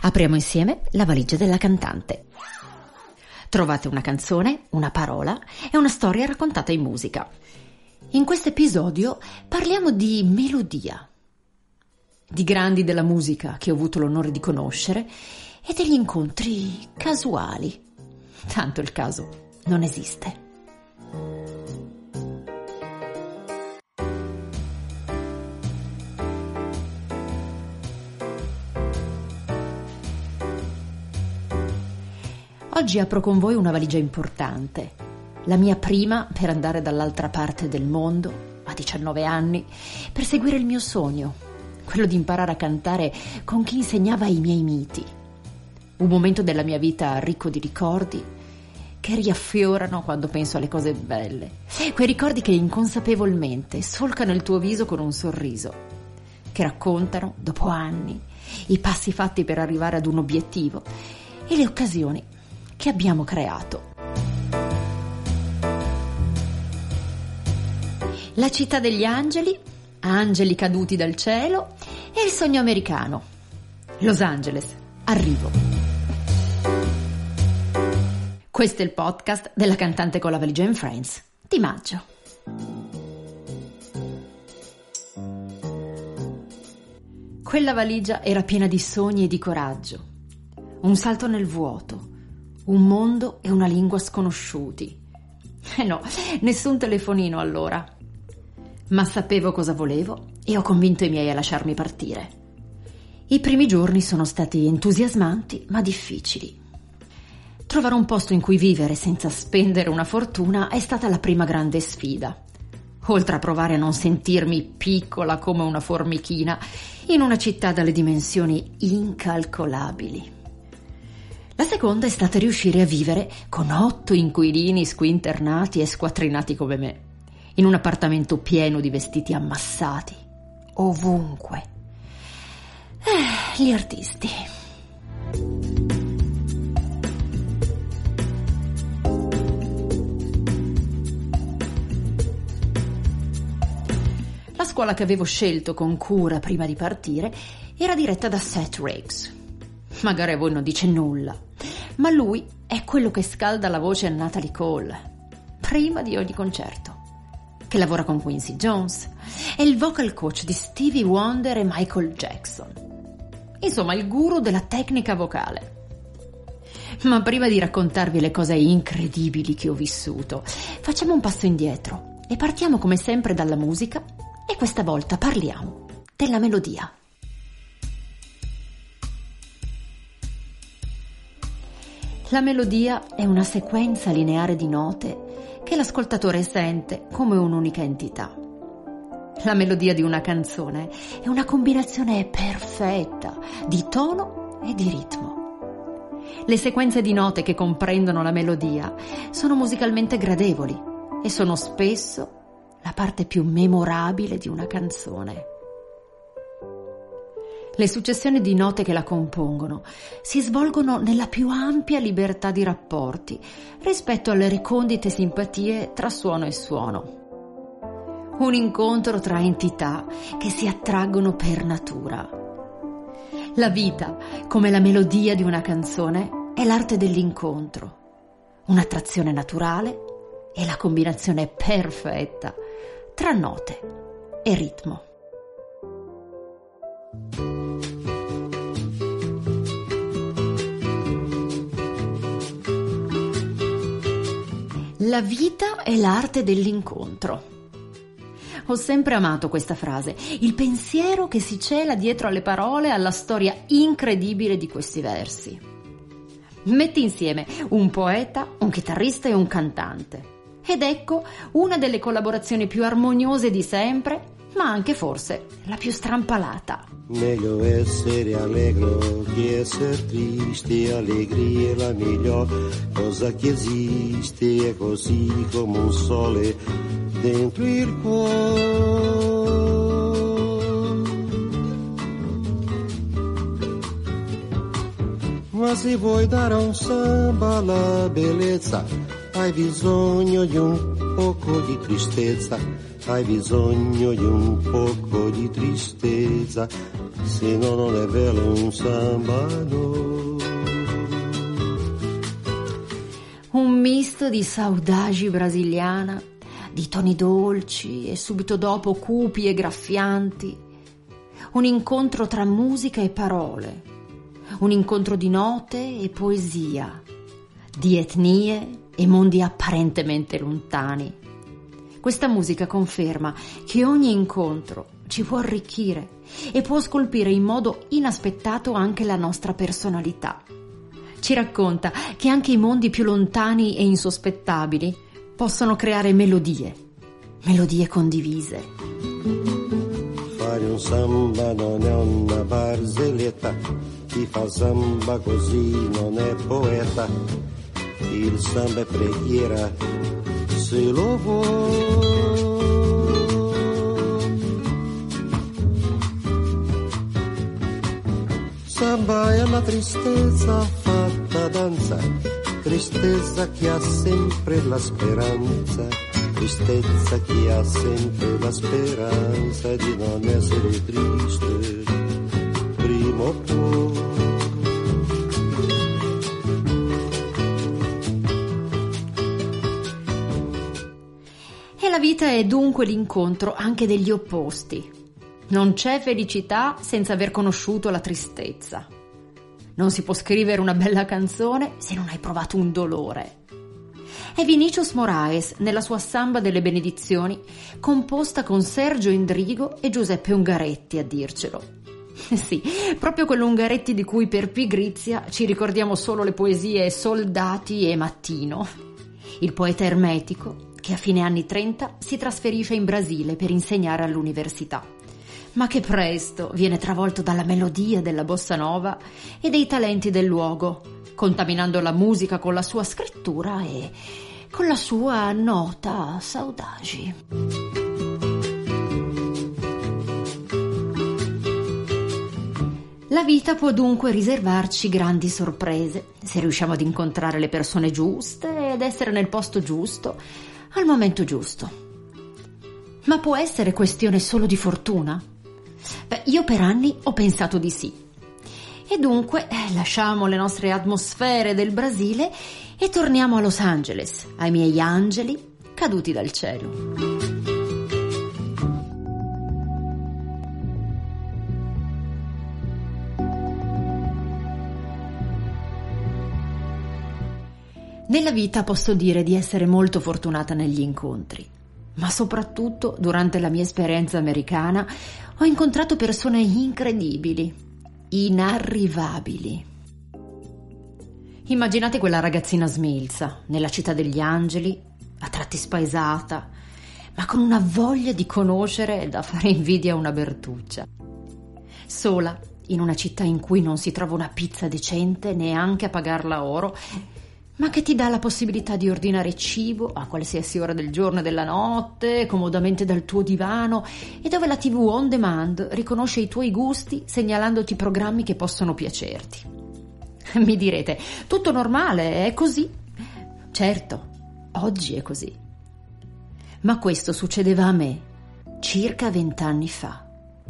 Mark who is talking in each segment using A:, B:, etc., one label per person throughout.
A: Apriamo insieme la valigia della cantante. Trovate una canzone, una parola e una storia raccontata in musica. In questo episodio parliamo di melodia, di grandi della musica che ho avuto l'onore di conoscere e degli incontri casuali. Tanto il caso non esiste. Oggi apro con voi una valigia importante, la mia prima per andare dall'altra parte del mondo, a 19 anni, per seguire il mio sogno, quello di imparare a cantare con chi insegnava i miei miti. Un momento della mia vita ricco di ricordi che riaffiorano quando penso alle cose belle, quei ricordi che inconsapevolmente solcano il tuo viso con un sorriso, che raccontano, dopo anni, i passi fatti per arrivare ad un obiettivo e le occasioni che abbiamo creato. La città degli angeli, angeli caduti dal cielo e il sogno americano. Los Angeles, arrivo. Questo è il podcast della cantante con la valigia and Friends di maggio. Quella valigia era piena di sogni e di coraggio. Un salto nel vuoto, un mondo e una lingua sconosciuti. No, nessun telefonino allora. Ma sapevo cosa volevo e ho convinto i miei a lasciarmi partire. I primi giorni sono stati entusiasmanti ma difficili. Trovare un posto in cui vivere senza spendere una fortuna è stata la prima grande sfida. Oltre a provare a non sentirmi piccola come una formichina in una città dalle dimensioni incalcolabili. La seconda è stata riuscire a vivere con 8 inquilini squinternati e squattrinati come me, in un appartamento pieno di vestiti ammassati, ovunque. Gli artisti. La scuola che avevo scelto con cura prima di partire era diretta da Seth Riggs. Magari a voi non dice nulla, ma lui è quello che scalda la voce a Natalie Cole prima di ogni concerto, che lavora con Quincy Jones, è il vocal coach di Stevie Wonder e Michael Jackson. Insomma, il guru della tecnica vocale. Ma prima di raccontarvi le cose incredibili che ho vissuto, facciamo un passo indietro e partiamo come sempre dalla musica e questa volta parliamo della melodia. La melodia è una sequenza lineare di note che l'ascoltatore sente come un'unica entità. La melodia di una canzone è una combinazione perfetta di tono e di ritmo. Le sequenze di note che comprendono la melodia sono musicalmente gradevoli e sono spesso la parte più memorabile di una canzone. Le successioni di note che la compongono si svolgono nella più ampia libertà di rapporti rispetto alle recondite simpatie tra suono e suono. Un incontro tra entità che si attraggono per natura. La vita, come la melodia di una canzone, è l'arte dell'incontro, un'attrazione naturale e la combinazione perfetta tra note e ritmo. La vita è l'arte dell'incontro. Ho sempre amato questa frase, il pensiero che si cela dietro alle parole e alla storia incredibile di questi versi. Metti insieme un poeta, un chitarrista e un cantante. Ed ecco una delle collaborazioni più armoniose di sempre, ma anche forse la più strampalata.
B: Meglio essere allegro che essere triste, allegria è la miglior cosa che esiste, è così come un sole dentro il cuore. Ma se vuoi dare un samba alla bellezza, hai bisogno di un poco di tristezza, hai bisogno di un poco di tristezza. se no non è vero un samba no.
A: Un misto di saudade brasiliana, di toni dolci e subito dopo cupi e graffianti, un incontro tra musica e parole, un incontro di note e poesia, di etnie e mondi apparentemente lontani. Questa musica conferma che ogni incontro ci può arricchire e può scolpire in modo inaspettato anche la nostra personalità. Ci racconta che anche i mondi più lontani e insospettabili possono creare melodie condivise.
B: Fare un samba non è una barzelletta, chi fa samba così non è poeta, il samba è preghiera se lo vuoi. Samba è la tristezza fatta danza, tristezza che ha sempre la speranza, tristezza che ha sempre la speranza di non essere triste prima o poi.
A: E la vita è dunque l'incontro anche degli opposti. Non c'è felicità senza aver conosciuto la tristezza. Non si può scrivere una bella canzone se non hai provato un dolore. È Vinícius Moraes, nella sua Samba delle benedizioni, composta con Sergio Endrigo e Giuseppe Ungaretti a dircelo. Sì, proprio quell'Ungaretti di cui per pigrizia ci ricordiamo solo le poesie Soldati e Mattino. Il poeta ermetico che a fine anni 30 si trasferisce in Brasile per insegnare all'università, ma che presto viene travolto dalla melodia della bossa nova e dei talenti del luogo, contaminando la musica con la sua scrittura e con la sua nota saudade. La vita può dunque riservarci grandi sorprese se riusciamo ad incontrare le persone giuste ed essere nel posto giusto al momento giusto. Ma può essere questione solo di fortuna? Beh, io per anni ho pensato di sì. E dunque lasciamo le nostre atmosfere del Brasile e torniamo a Los Angeles, ai miei angeli caduti dal cielo. Nella vita posso dire di essere molto fortunata negli incontri, ma soprattutto durante la mia esperienza americana ho incontrato persone incredibili, inarrivabili. Immaginate quella ragazzina smilza nella città degli angeli, a tratti spaesata, ma con una voglia di conoscere da fare invidia a una Bertuccia. Sola, in una città in cui non si trova una pizza decente neanche a pagarla a oro, ma che ti dà la possibilità di ordinare cibo a qualsiasi ora del giorno e della notte, comodamente dal tuo divano, e dove la TV on demand riconosce i tuoi gusti segnalandoti programmi che possono piacerti. Mi direte, tutto normale, è così? Certo, oggi è così. Ma questo succedeva a me circa 20 anni fa.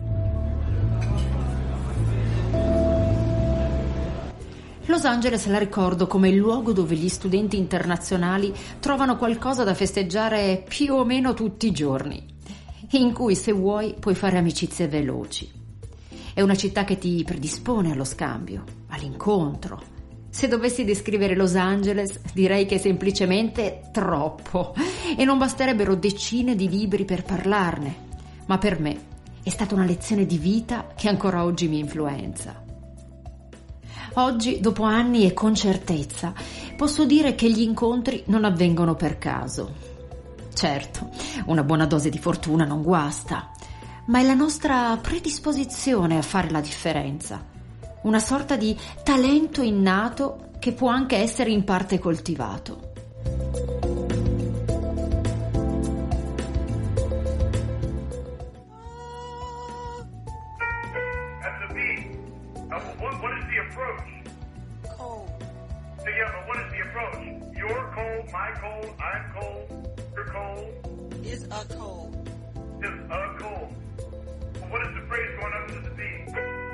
A: Los Angeles la ricordo come il luogo dove gli studenti internazionali trovano qualcosa da festeggiare più o meno tutti i giorni, in cui se vuoi puoi fare amicizie veloci. È una città che ti predispone allo scambio, all'incontro. Se dovessi descrivere Los Angeles direi che è semplicemente troppo e non basterebbero decine di libri per parlarne, ma per me è stata una lezione di vita che ancora oggi mi influenza. Oggi, dopo anni e con certezza, posso dire che gli incontri non avvengono per caso. Certo, una buona dose di fortuna non guasta, ma è la nostra predisposizione a fare la differenza. Una sorta di talento innato che può anche essere in parte coltivato.
C: What is the approach? Cold. So yeah, but what is the approach? You're cold, my cold, I'm cold, you're cold.
D: It's a cold.
C: Just a cold. Well, what is the phrase going up to the beat?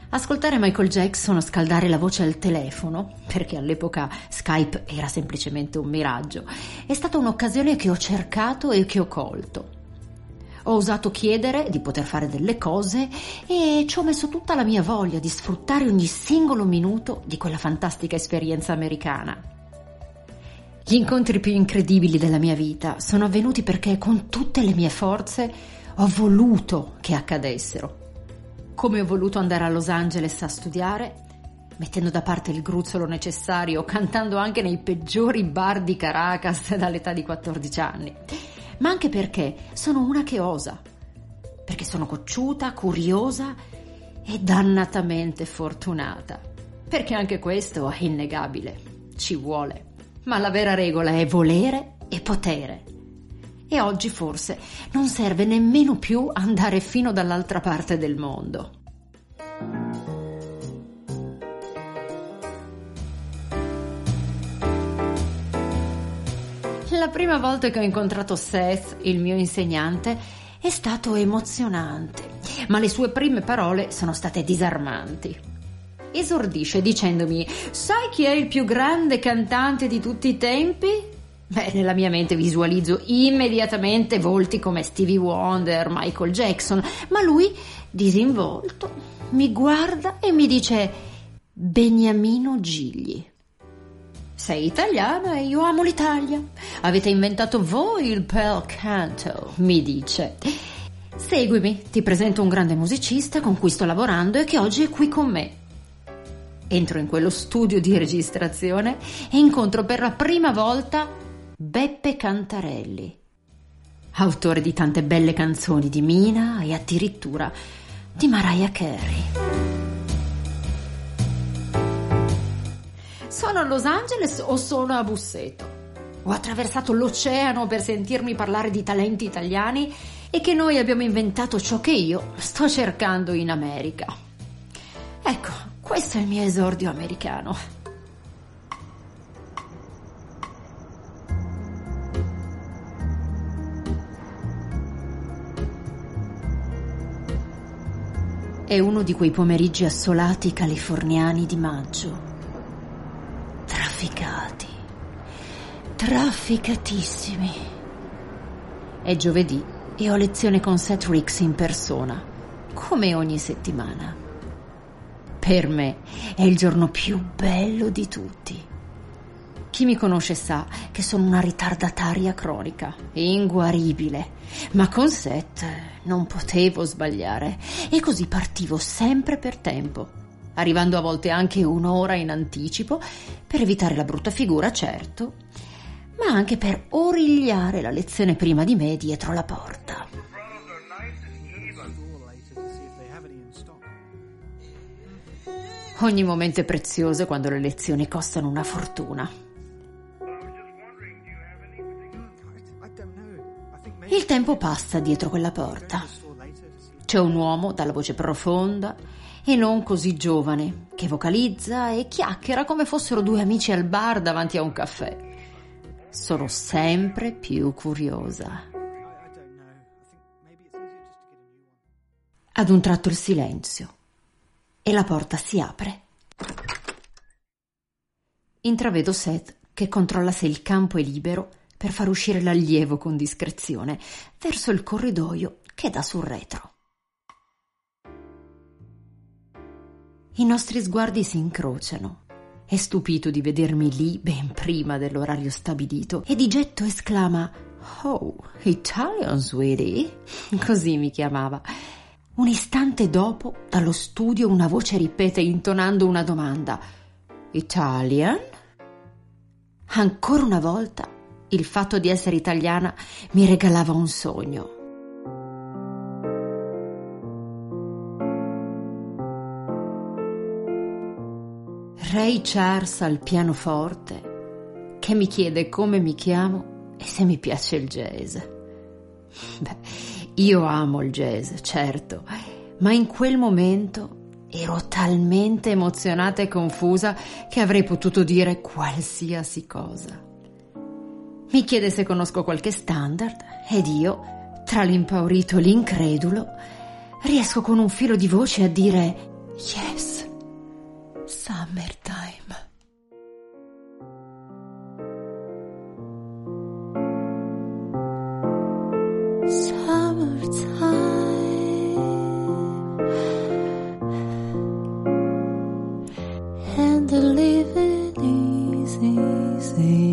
A: Ascoltare Michael Jackson o scaldare la voce al telefono, perché all'epoca Skype era semplicemente un miraggio, è stata un'occasione che ho cercato e che ho colto. Ho osato chiedere di poter fare delle cose e ci ho messo tutta la mia voglia di sfruttare ogni singolo minuto di quella fantastica esperienza americana. Gli incontri più incredibili della mia vita sono avvenuti perché con tutte le mie forze ho voluto che accadessero. Come ho voluto andare a Los Angeles a studiare, mettendo da parte il gruzzolo necessario, cantando anche nei peggiori bar di Caracas dall'età di 14 anni. Ma anche perché sono una che osa, perché sono cocciuta, curiosa e dannatamente fortunata. Perché anche questo è innegabile, ci vuole. Ma la vera regola è volere e potere. E oggi forse non serve nemmeno più andare fino dall'altra parte del mondo. La prima volta che ho incontrato Seth, il mio insegnante, è stato emozionante, ma le sue prime parole sono state disarmanti. Esordisce dicendomi: sai chi è il più grande cantante di tutti i tempi? Beh, nella mia mente visualizzo immediatamente volti come Stevie Wonder, Michael Jackson, ma lui, disinvolto, mi guarda e mi dice: Beniamino Gigli. Sei italiana e io amo l'Italia. Avete inventato voi il bel canto, mi dice. Seguimi, ti presento un grande musicista con cui sto lavorando e che oggi è qui con me. Entro in quello studio di registrazione e incontro per la prima volta Beppe Cantarelli, autore di tante belle canzoni di Mina e addirittura di Mariah Carey. Sono a Los Angeles o sono a Busseto? Ho attraversato l'oceano per sentirmi parlare di talenti italiani e che noi abbiamo inventato ciò che io sto cercando in America. Ecco, questo è il mio esordio americano. È uno di quei pomeriggi assolati californiani di maggio. Trafficatissimi. È giovedì e ho lezione con Seth Ricks in persona, come ogni settimana. Per me è il giorno più bello di tutti. Chi mi conosce sa che sono una ritardataria cronica, inguaribile, ma con Seth non potevo sbagliare e così partivo sempre per tempo, arrivando a volte anche un'ora in anticipo per evitare la brutta figura, certo, ma anche per origliare la lezione prima di me dietro la porta. Ogni momento è prezioso quando le lezioni costano una fortuna. Il tempo passa dietro quella porta. C'è un uomo dalla voce profonda e non così giovane che vocalizza e chiacchiera come fossero due amici al bar davanti a un caffè. Sono sempre più curiosa. Ad un tratto il silenzio e la porta si apre. Intravedo Seth che controlla se il campo è libero per far uscire l'allievo con discrezione verso il corridoio che dà sul retro. I nostri sguardi si incrociano. È stupito di vedermi lì ben prima dell'orario stabilito e di getto esclama: "Oh, Italian, sweetie?" Così mi chiamava. Un istante dopo, dallo studio, una voce ripete intonando una domanda: "Italian?" Ancora una volta, il fatto di essere italiana mi regalava un sogno. Ray Charles al pianoforte, che mi chiede come mi chiamo e se mi piace il jazz. Beh, io amo il jazz, certo, ma in quel momento ero talmente emozionata e confusa che avrei potuto dire qualsiasi cosa. Mi chiede se conosco qualche standard ed io, tra l'impaurito e l'incredulo, riesco con un filo di voce a dire Yes, summertime.
D: And the living is easy.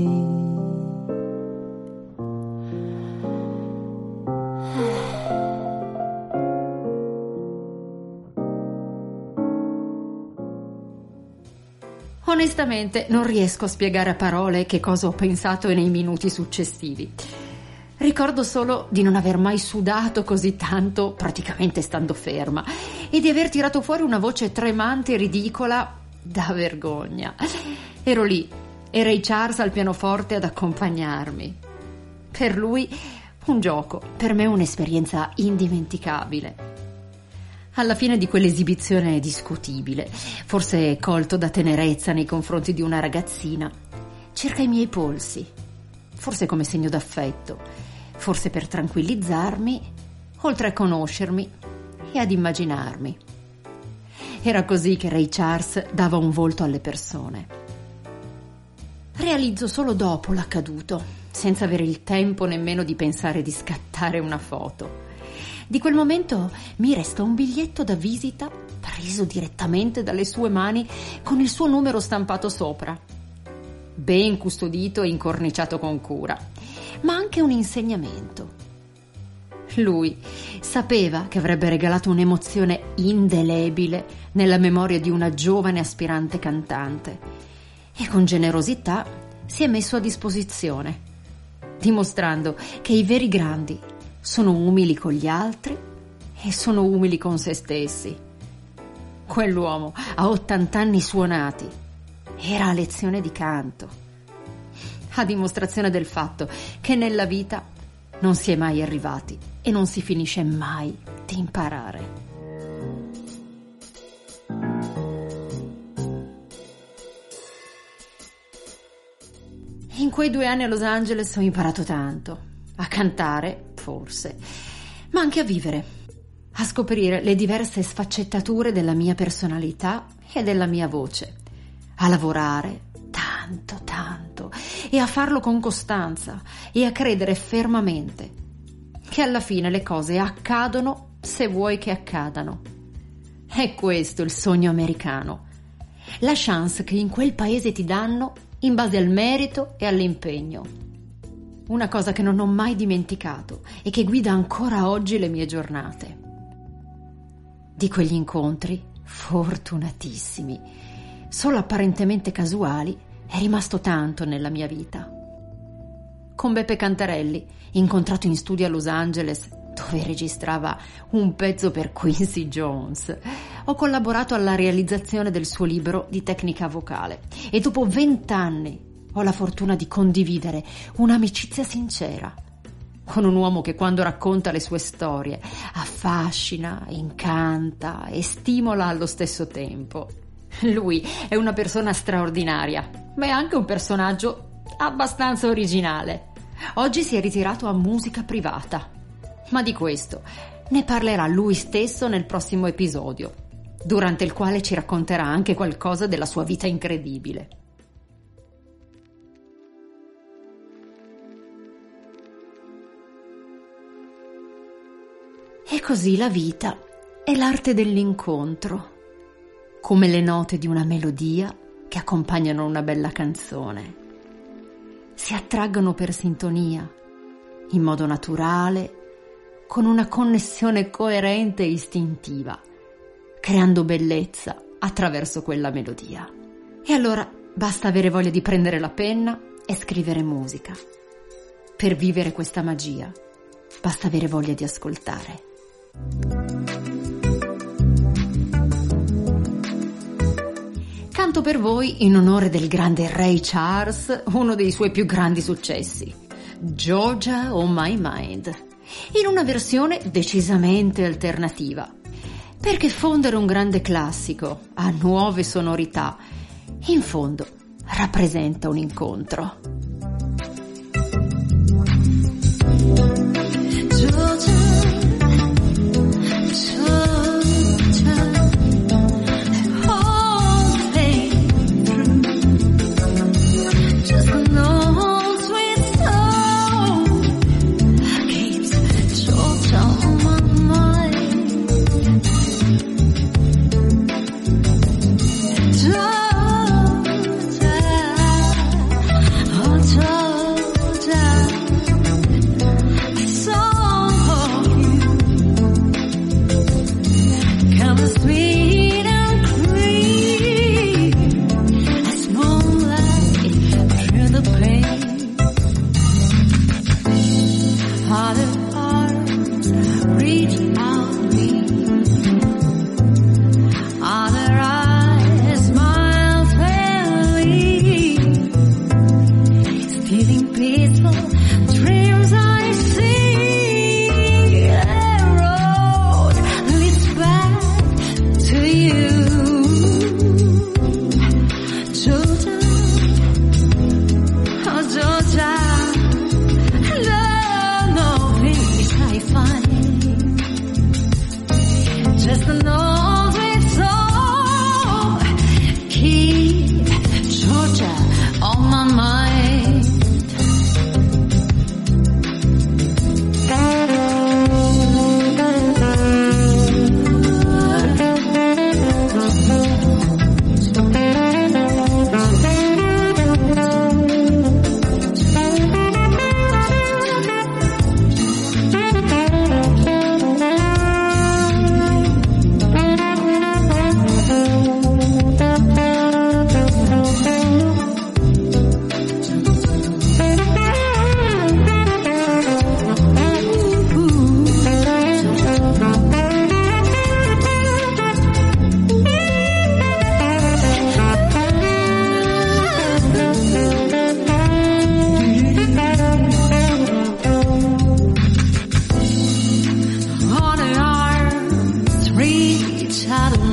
A: Onestamente non riesco a spiegare a parole che cosa ho pensato nei minuti successivi. Ricordo solo di non aver mai sudato così tanto praticamente stando ferma e di aver tirato fuori una voce tremante e ridicola da vergogna. Ero lì e Ray Charles al pianoforte ad accompagnarmi. Per lui un gioco, per me un'esperienza indimenticabile. Alla fine di quell'esibizione discutibile, forse colto da tenerezza nei confronti di una ragazzina, cerca i miei polsi, forse come segno d'affetto, forse per tranquillizzarmi, oltre a conoscermi e ad immaginarmi. Era così che Ray Charles dava un volto alle persone. Realizzo solo dopo l'accaduto, senza avere il tempo nemmeno di pensare di scattare una foto. Di quel momento mi resta un biglietto da visita preso direttamente dalle sue mani con il suo numero stampato sopra, ben custodito e incorniciato con cura, ma anche un insegnamento. Lui sapeva che avrebbe regalato un'emozione indelebile nella memoria di una giovane aspirante cantante e con generosità si è messo a disposizione, dimostrando che i veri grandi sono umili con gli altri e sono umili con se stessi. Quell'uomo a 80 anni suonati era a lezione di canto, a dimostrazione del fatto che nella vita non si è mai arrivati e non si finisce mai di imparare. In quei 2 anni a Los Angeles ho imparato tanto. A cantare, forse, ma anche a vivere, a scoprire le diverse sfaccettature della mia personalità e della mia voce, a lavorare tanto e a farlo con costanza e a credere fermamente che alla fine le cose accadono se vuoi che accadano. È questo il sogno americano, la chance che in quel paese ti danno in base al merito e all'impegno. Una cosa che non ho mai dimenticato e che guida ancora oggi le mie giornate. Di quegli incontri fortunatissimi, solo apparentemente casuali, è rimasto tanto nella mia vita. Con Beppe Cantarelli, incontrato in studio a Los Angeles, dove registrava un pezzo per Quincy Jones, ho collaborato alla realizzazione del suo libro di tecnica vocale e dopo 20 anni ho la fortuna di condividere un'amicizia sincera con un uomo che quando racconta le sue storie affascina, incanta e stimola allo stesso tempo. Lui è una persona straordinaria, ma è anche un personaggio abbastanza originale. Oggi si è ritirato a musica privata, ma di questo ne parlerà lui stesso nel prossimo episodio, durante il quale ci racconterà anche qualcosa della sua vita incredibile. E così la vita è l'arte dell'incontro, come le note di una melodia che accompagnano una bella canzone. Si attraggono per sintonia, in modo naturale, con una connessione coerente e istintiva, creando bellezza attraverso quella melodia. E allora basta avere voglia di prendere la penna e scrivere musica. Per vivere questa magia, basta avere voglia di ascoltare. Canto per voi in onore del grande Ray Charles uno dei suoi più grandi successi, Georgia on My Mind, in una versione decisamente alternativa, perché fondere un grande classico a nuove sonorità, in fondo, rappresenta un incontro. Georgia,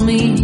D: me.